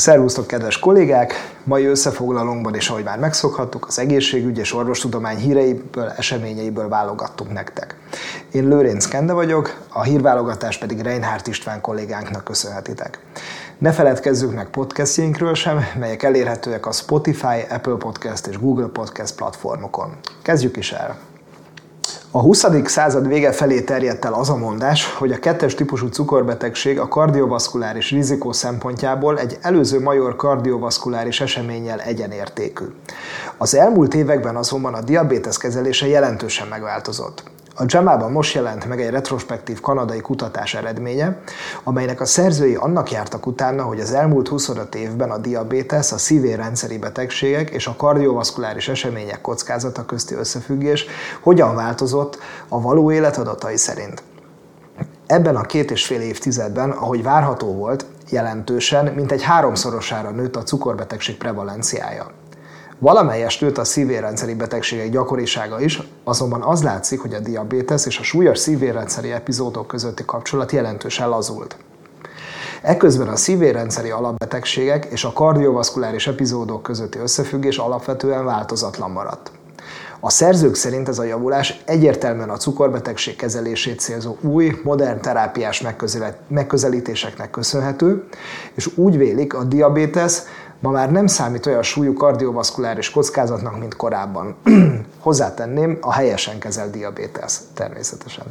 Szervusztok, kedves kollégák! Mai összefoglalónkban is, ahogy már megszokhattuk, az egészségügy és orvostudomány híreiből, eseményeiből válogattunk nektek. Én Lőrinc Kende vagyok, a hírválogatást pedig Reinhardt István kollégánknak köszönhetitek. Ne feledkezzünk meg podcastjainkről sem, melyek elérhetőek a Spotify, Apple Podcast és Google Podcast platformokon. Kezdjük is el! A 20. század vége felé terjedt el az a mondás, hogy a 2-es típusú cukorbetegség a kardiovaszkuláris rizikó szempontjából egy előző major kardiovaszkuláris eseménnyel egyenértékű. Az elmúlt években azonban a diabétesz kezelése jelentősen megváltozott. A JAMA-ban most jelent meg egy retrospektív kanadai kutatás eredménye, amelynek a szerzői annak jártak utána, hogy az elmúlt 25 évben a diabétesz, a szívérrendszeri betegségek és a kardiovaszkuláris események kockázata közti összefüggés hogyan változott a való élet adatai szerint. Ebben a 2,5 évtizedben, ahogy várható volt, jelentősen, mintegy 3-szorosára nőtt a cukorbetegség prevalenciája. Valamelyest nőtt a szívérrendszeri betegségek gyakorisága is, azonban az látszik, hogy a diabétesz és a súlyos szívérrendszeri epizódok közötti kapcsolat jelentősen lazult. Eközben a szívérrendszeri alapbetegségek és a kardiovaszkuláris epizódok közötti összefüggés alapvetően változatlan maradt. A szerzők szerint ez a javulás egyértelműen a cukorbetegség kezelését célzó új, modern terápiás megközelítéseknek köszönhető, és úgy vélik, a diabétesz ma már nem számít olyan súlyú kardiovaszkuláris kockázatnak, mint korábban. Hozzátenném, a helyesen kezelt diabétesz természetesen.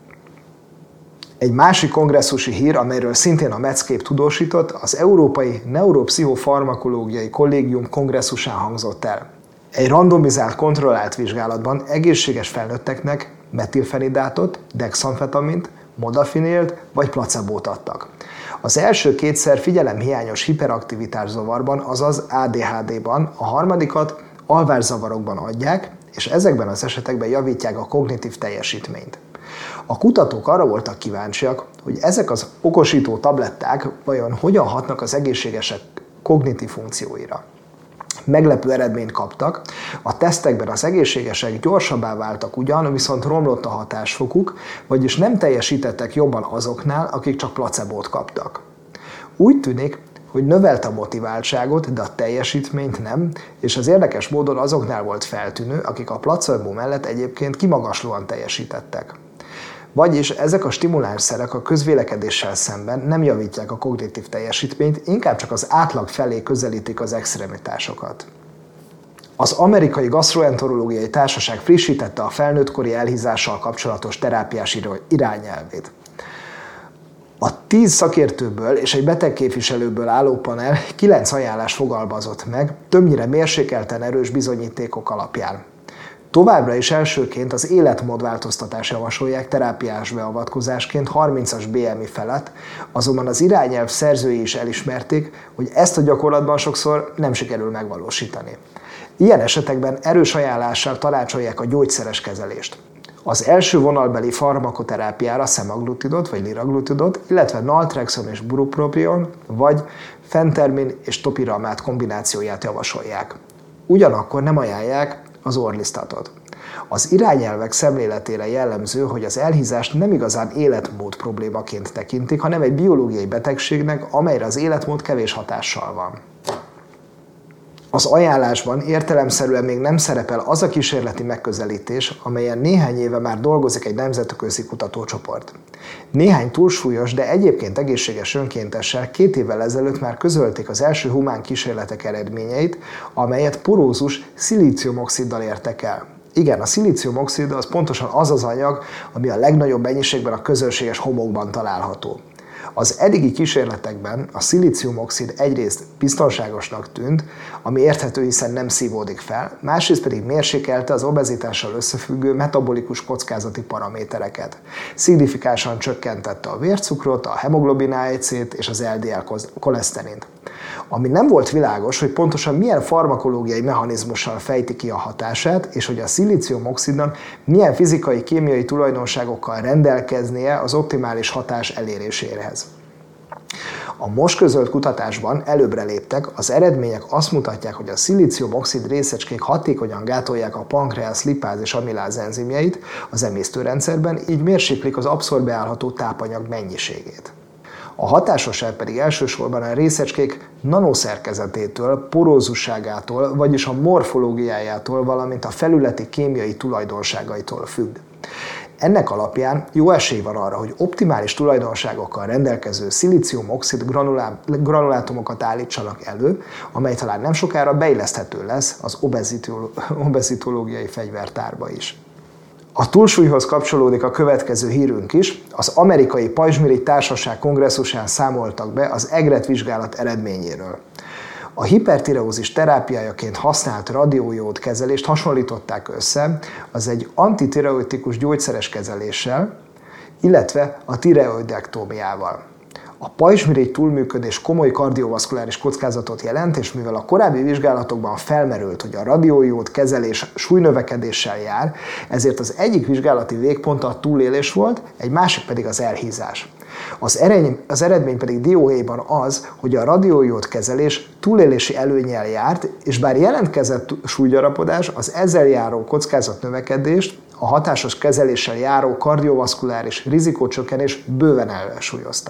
Egy másik kongresszusi hír, amelyről szintén a Medscape tudósított, az Európai Neuropszichofarmakológiai Kollégium kongresszusán hangzott el. Egy randomizált, kontrollált vizsgálatban egészséges felnőtteknek metilfenidátot, dexamfetamint, modafinélt vagy placebót adtak. Az első kétszer figyelemhiányos hiperaktivitás zavarban, azaz ADHD-ban, a harmadikat alvászavarokban adják, és ezekben az esetekben javítják a kognitív teljesítményt. A kutatók arra voltak kíváncsiak, hogy ezek az okosító tabletták vajon hogyan hatnak az egészségesek kognitív funkcióira. Meglepő eredményt kaptak, a tesztekben az egészségesek gyorsabbá váltak ugyan, viszont romlott a hatásfokuk, vagyis nem teljesítettek jobban azoknál, akik csak placebót kaptak. Úgy tűnik, hogy növelte a motiváltságot, de a teljesítményt nem, és az érdekes módon azoknál volt feltűnő, akik a placebo mellett egyébként kimagaslóan teljesítettek. Vagyis ezek a stimulánszerek a közvélekedéssel szemben nem javítják a kognitív teljesítményt, inkább csak az átlag felé közelítik az extremitásokat. Az Amerikai Gasztroenterológiai Társaság frissítette a felnőttkori elhízással kapcsolatos terápiás irányelvét. A 10 szakértőből és egy betegképviselőből álló panel 9 ajánlás fogalmazott meg, többnyire mérsékelten erős bizonyítékok alapján. Továbbra is elsőként az életmódváltoztatást javasolják terápiás beavatkozásként 30-as BMI felett, azonban az irányelv szerzői is elismerték, hogy ezt a gyakorlatban sokszor nem sikerül megvalósítani. Ilyen esetekben erős ajánlással tanácsolják a gyógyszeres kezelést. Az első vonalbeli farmakoterápiára szemaglutidot vagy liraglutidot, illetve naltrexon és bupropion, vagy fentermin és topiramát kombinációját javasolják. Ugyanakkor nem ajánlják az orlisztatot. Az irányelvek szemléletére jellemző, hogy az elhízást nem igazán életmód problémaként tekintik, hanem egy biológiai betegségnek, amelyre az életmód kevés hatással van. Az ajánlásban értelemszerűen még nem szerepel az a kísérleti megközelítés, amelyen néhány éve már dolgozik egy nemzetközi kutatócsoport. Néhány túlsúlyos, de egyébként egészséges önkéntessel 2 évvel ezelőtt már közölték az első humán kísérletek eredményeit, amelyet porózus szilíciumoxiddal értek el. Igen, a szilíciumoxid az pontosan az az anyag, ami a legnagyobb mennyiségben a közönséges homokban található. Az eddigi kísérletekben a szilíciumoxid egyrészt biztonságosnak tűnt, ami érthető, hiszen nem szívódik fel, másrészt pedig mérsékelte az obezitással összefüggő metabolikus kockázati paramétereket. Szignifikánsan csökkentette a vércukrot, a hemoglobin A1C-t és az LDL koleszterint. Ami nem volt világos, hogy pontosan milyen farmakológiai mechanizmussal fejti ki a hatását, és hogy a szilíciumoxidnak milyen fizikai-kémiai tulajdonságokkal rendelkeznie az optimális hatás eléréséhez. A most közölt kutatásban előbbre léptek, az eredmények azt mutatják, hogy a szilíciumoxid részecskék hatékonyan gátolják a pankreasz lipáz és amiláz enzimjeit az emésztőrendszerben, így mérséklik az abszorbálható tápanyag mennyiségét. A hatásosság pedig elsősorban a részecskék nanoszerkezetétől, porózusságától, vagyis a morfológiájától, valamint a felületi kémiai tulajdonságaitól függ. Ennek alapján jó esély van arra, hogy optimális tulajdonságokkal rendelkező szilícium-oxid granulátumokat állítsanak elő, amely talán nem sokára beilleszthető lesz az obezitológiai fegyvertárba is. A túlsúlyhoz kapcsolódik a következő hírünk is. Az amerikai pajzsmirigy társaság kongresszusán számoltak be az EGRET vizsgálat eredményéről. A hipertireózis terápiájaként használt radiójód kezelést hasonlították össze az egy antitireotikus gyógyszeres kezeléssel, illetve a tireoidektómiával. A pajzsmirigy túlműködés komoly kardiovaszkuláris kockázatot jelent, és mivel a korábbi vizsgálatokban felmerült, hogy a radiójód kezelés súlynövekedéssel jár, ezért az egyik vizsgálati végponta a túlélés volt, egy másik pedig az elhízás. Az eredmény pedig dióhéjban az, hogy a radiójód kezelés túlélési előnnyel járt, és bár jelentkezett súlygyarapodás, az ezzel járó kockázatnövekedést, a hatásos kezeléssel járó kardiovaszkuláris rizikócsökkenés bőven ellensúlyozta.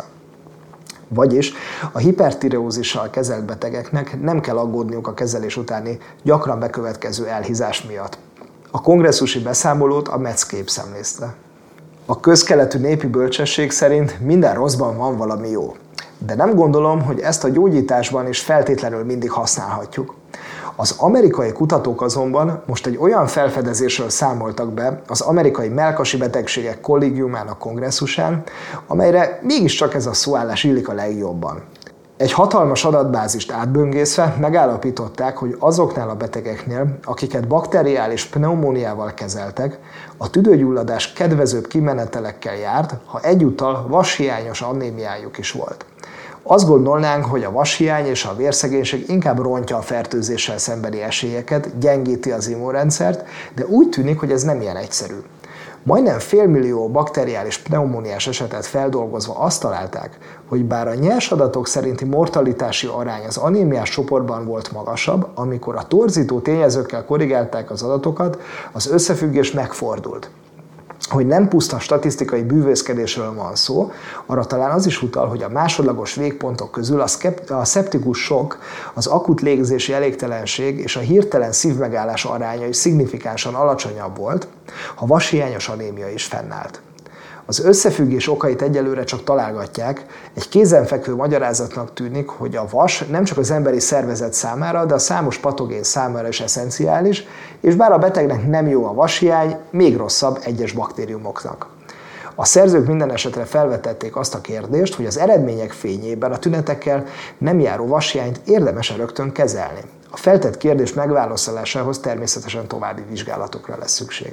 Vagyis a hipertireózissal kezelt betegeknek nem kell aggódniuk a kezelés utáni gyakran bekövetkező elhízás miatt. A kongresszusi beszámolót a Medscape szemlézte. A közkeletű népi bölcsesség szerint minden rosszban van valami jó. De nem gondolom, hogy ezt a gyógyításban is feltétlenül mindig használhatjuk. Az amerikai kutatók azonban most egy olyan felfedezésről számoltak be az amerikai mellkasi betegségek kollégiumának kongresszusán, amelyre mégiscsak ez a szóállás illik a legjobban. Egy hatalmas adatbázist átböngészve megállapították, hogy azoknál a betegeknél, akiket bakteriális pneumóniával kezeltek, a tüdőgyulladás kedvezőbb kimenetelekkel járt, ha egyúttal vashiányos anémiájuk is volt. Azt gondolnánk, hogy a vashiány és a vérszegénység inkább rontja a fertőzéssel szembeni esélyeket, gyengíti az immunrendszert, de úgy tűnik, hogy ez nem ilyen egyszerű. Majdnem 500 000 bakteriális pneumóniás esetet feldolgozva azt találták, hogy bár a nyers adatok szerinti mortalitási arány az anémiás csoportban volt magasabb, amikor a torzító tényezőkkel korrigálták az adatokat, az összefüggés megfordult. Hogy nem puszta statisztikai bűvészkedésről van szó, arra talán az is utal, hogy a másodlagos végpontok közül a szeptikus sok, az akut légzési elégtelenség és a hirtelen szívmegállás aránya is szignifikánsan alacsonyabb volt, ha vashiányos anémia is fennállt. Az összefüggés okait egyelőre csak találgatják, egy kézenfekvő magyarázatnak tűnik, hogy a vas nem csak az emberi szervezet számára, de a számos patogén számára is eszenciális, és bár a betegnek nem jó a vashiány, még rosszabb egyes baktériumoknak. A szerzők minden esetre felvetették azt a kérdést, hogy az eredmények fényében a tünetekkel nem járó vashiányt érdemes rögtön kezelni. A feltett kérdés megválaszolásához természetesen további vizsgálatokra lesz szükség.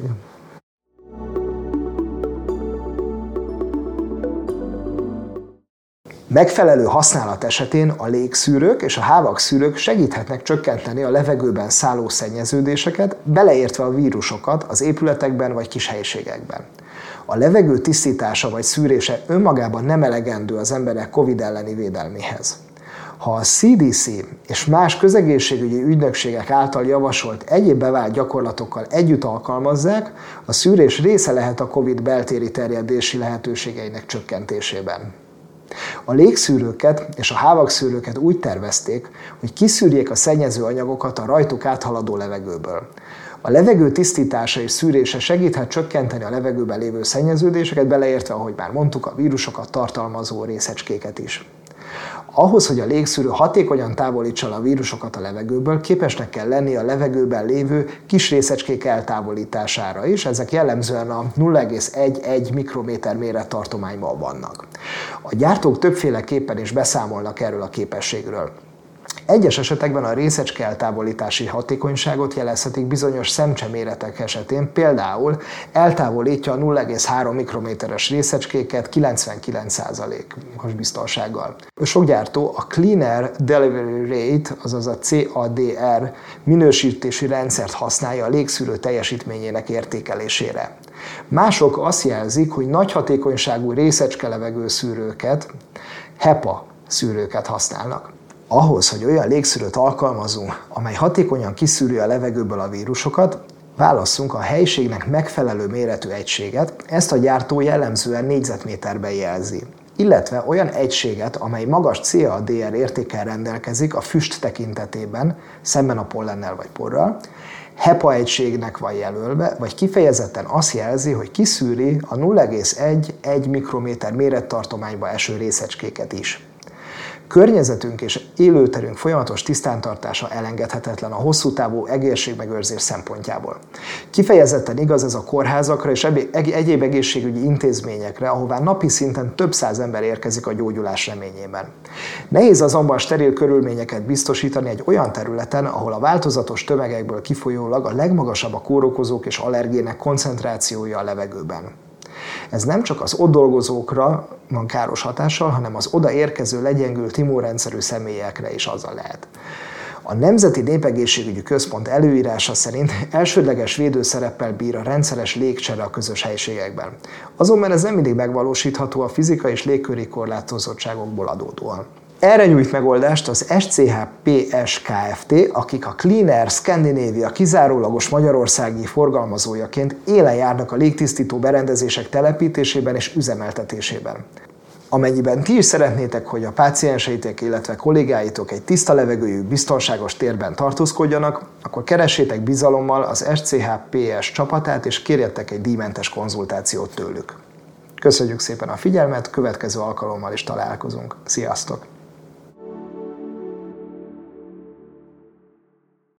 Megfelelő használat esetén a légszűrők és a hávagszűrők segíthetnek csökkenteni a levegőben szálló szennyeződéseket, beleértve a vírusokat az épületekben vagy kis helyiségekben. A levegő tisztítása vagy szűrése önmagában nem elegendő az emberek COVID elleni védelméhez. Ha a CDC és más közegészségügyi ügynökségek által javasolt egyéb bevált gyakorlatokkal együtt alkalmazzák, a szűrés része lehet a COVID beltéri terjedési lehetőségeinek csökkentésében. A légszűrőket és a hávagszűrőket úgy tervezték, hogy kiszűrjék a szennyező anyagokat a rajtuk áthaladó levegőből. A levegő tisztítása és szűrése segíthet csökkenteni a levegőben lévő szennyeződéseket, beleértve, ahogy már mondtuk, a vírusokat tartalmazó részecskéket is. Ahhoz, hogy a légszűrő hatékonyan távolítsa a vírusokat a levegőből, képesnek kell lenni a levegőben lévő kis részecskék eltávolítására is, ezek jellemzően a 0,1 mikrométer mérettartományban vannak. A gyártók többféleképpen is beszámolnak erről a képességről. Egyes esetekben a részecske eltávolítási hatékonyságot jelezhetik bizonyos szemcseméretek esetén, például eltávolítja a 0,3 mikrométeres részecskéket 99%-os biztonsággal. Sok gyártó a Clean Air Delivery Rate, azaz a CADR minősítési rendszert használja a légszűrő teljesítményének értékelésére. Mások azt jelzik, hogy nagy hatékonyságú részecske-levegőszűrőket, HEPA szűrőket használnak. Ahhoz, hogy olyan légszűrőt alkalmazunk, amely hatékonyan kiszűri a levegőből a vírusokat, válasszunk a helyiségnek megfelelő méretű egységet, ezt a gyártó jellemzően négyzetméterben jelzi. illetve olyan egységet, amely magas CA-DR értékkel rendelkezik a füst tekintetében, szemben a pollennel vagy porral, HEPA egységnek van jelölve, vagy kifejezetten azt jelzi, hogy kiszűri a 0,1-1 mikrométer mérettartományba eső részecskéket is. Környezetünk és élőterünk folyamatos tisztántartása elengedhetetlen a hosszú távú egészségmegőrzés szempontjából. Kifejezetten igaz ez a kórházakra és egyéb egészségügyi intézményekre, ahová napi szinten több száz ember érkezik a gyógyulás reményében. Nehéz azonban steril körülményeket biztosítani egy olyan területen, ahol a változatos tömegekből kifolyólag a legmagasabb a kórokozók és allergének koncentrációja a levegőben. Ez nem csak az ott dolgozókra van káros hatással, hanem az oda érkező legyengült immunrendszerű személyekre is azzal lehet. A Nemzeti Népegészségügyi Központ előírása szerint elsődleges védőszereppel bír a rendszeres légcsere a közös helységekben. Azonban ez nem mindig megvalósítható a fizikai és légköri korlátozottságokból adódóan. Erre nyújt megoldást az SCH-PS Kft., akik a Clean Air Scandinavia kizárólagos magyarországi forgalmazójaként élen járnak a légtisztító berendezések telepítésében és üzemeltetésében. Amennyiben ti is szeretnétek, hogy a pácienseitek, illetve kollégáitok egy tiszta levegőjű, biztonságos térben tartózkodjanak, akkor keressétek bizalommal az SCH-PS csapatát és kérjetek egy díjmentes konzultációt tőlük. Köszönjük szépen a figyelmet, következő alkalommal is találkozunk. Sziasztok!